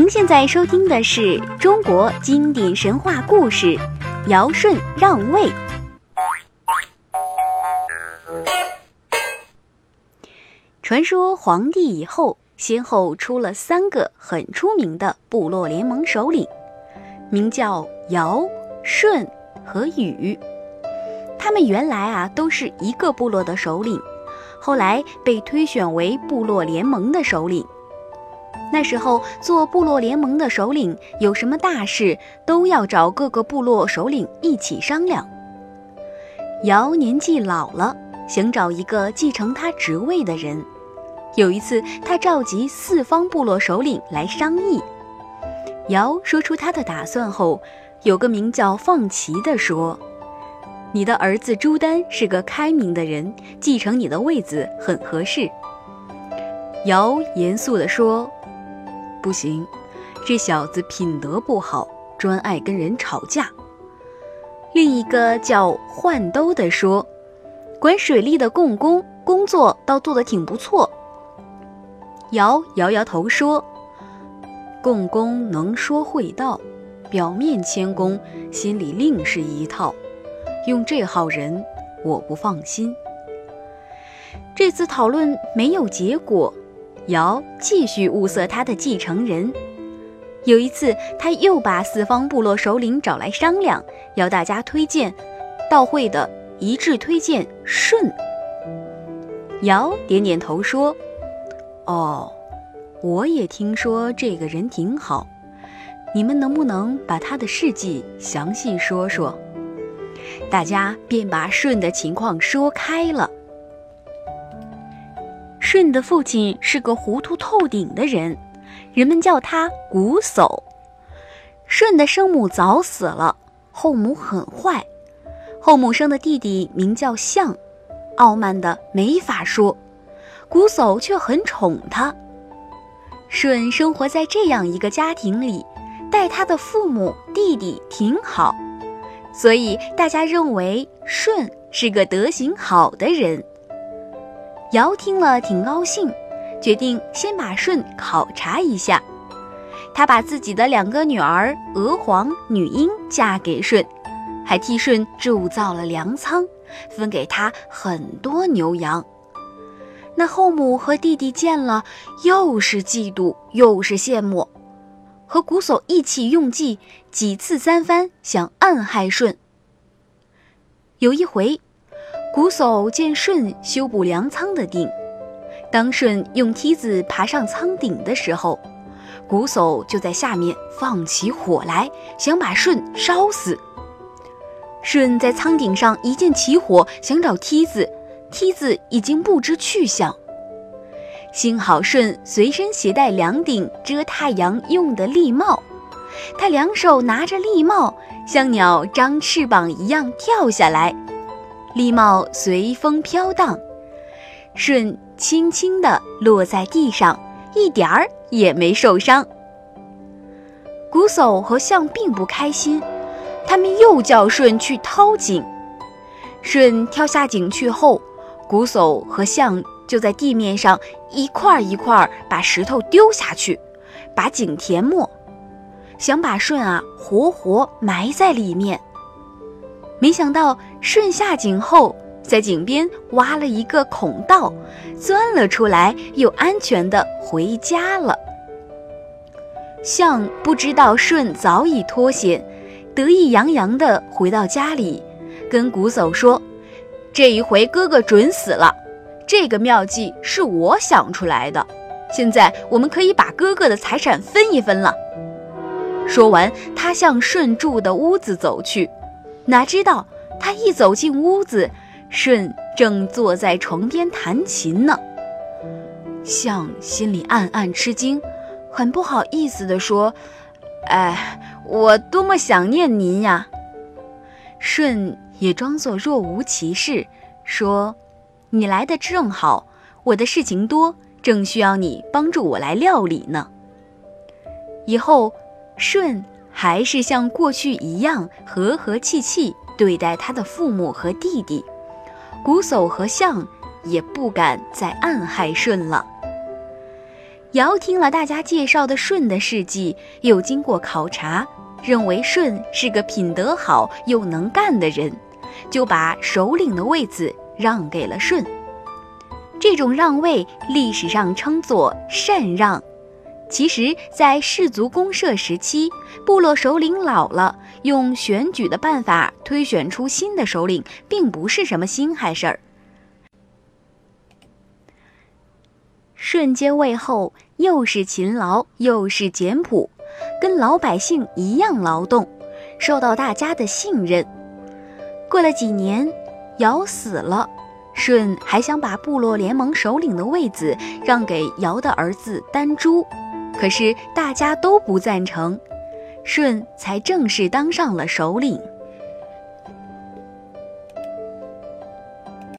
您现在收听的是中国经典神话故事《尧舜让位》。传说黄帝以后，先后出了3个很出名的部落联盟首领，名叫尧、舜和禹。他们原来都是一个部落的首领，后来被推选为部落联盟的首领。那时候做部落联盟的首领有什么大事都要找各个部落首领一起商量。尧年纪老了，想找一个继承他职位的人。有一次他召集4方部落首领来商议。尧说出他的打算后，有个名叫放齐的说，你的儿子朱丹是个开明的人，继承你的位子很合适。尧严肃地说，不行，这小子品德不好，专爱跟人吵架。另一个叫涣兜的说，管水利的共工工作倒做得挺不错。尧摇摇头说，共工能说会道，表面谦恭，心里另是一套，用这号人我不放心。这次讨论没有结果，尧继续物色他的继承人。有一次他又把4方部落首领找来商量，要大家推荐，到会的一致推荐舜。尧点点头说，哦，我也听说这个人挺好，你们能不能把他的事迹详细说说？大家便把舜的情况说开了。舜的父亲是个糊涂透顶的人，人们叫他瞽叟。舜的生母早死了，后母很坏，后母生的弟弟名叫象，傲慢的没法说，瞽叟却很宠他。舜生活在这样一个家庭里，待他的父母弟弟挺好，所以大家认为舜是个德行好的人。尧听了挺高兴，决定先把舜考察一下。他把自己的2个女儿娥皇、女英嫁给舜，还替舜铸造了粮仓，分给他很多牛羊。那后母和弟弟见了，又是嫉妒又是羡慕，和瞽叟一起用计，几次3番想暗害舜。有一回，瞽叟见舜修补粮仓的顶，当舜用梯子爬上仓顶的时候，瞽叟就在下面放起火来，想把舜烧死。舜在仓顶上一见起火，想找梯子，梯子已经不知去向。幸好舜随身携带2顶遮太阳用的笠帽，他2手拿着笠帽，像鸟张翅膀一样跳下来，笠帽随风飘荡，舜轻轻地落在地上，一点儿也没受伤。瞽叟和象并不开心，他们又叫舜去掏井。舜跳下井去后，瞽叟和象就在地面上一块一块把石头丢下去，把井填没，想把舜活活埋在里面。没想到舜下井后，在井边挖了一个孔道，钻了出来，又安全地回家了。象不知道舜早已脱险，得意洋洋地回到家里，跟瞽叟说，这一回哥哥准死了，这个妙计是我想出来的，现在我们可以把哥哥的财产分一分了。说完，他向舜住的屋子走去，哪知道他一走进屋子，舜正坐在床边弹琴呢。象心里暗暗吃惊，很不好意思地说，我多么想念您呀。舜也装作若无其事，说，你来的正好，我的事情多，正需要你帮助我来料理呢。以后舜还是像过去一样和和气气对待他的父母和弟弟，瞽叟和象也不敢再暗害舜了。 尧听了大家介绍的舜的事迹，又经过考察，认为舜是个品德好又能干的人，就把首领的位子让给了舜。这种让位历史上称作禅让。其实在氏族公社时期，部落首领老了，用选举的办法推选出新的首领，并不是什么新鲜事儿。舜接位后，又是勤劳又是简朴，跟老百姓一样劳动，受到大家的信任。过了几年，尧死了，舜还想把部落联盟首领的位子让给尧的儿子丹朱，可是大家都不赞成，舜才正式当上了首领。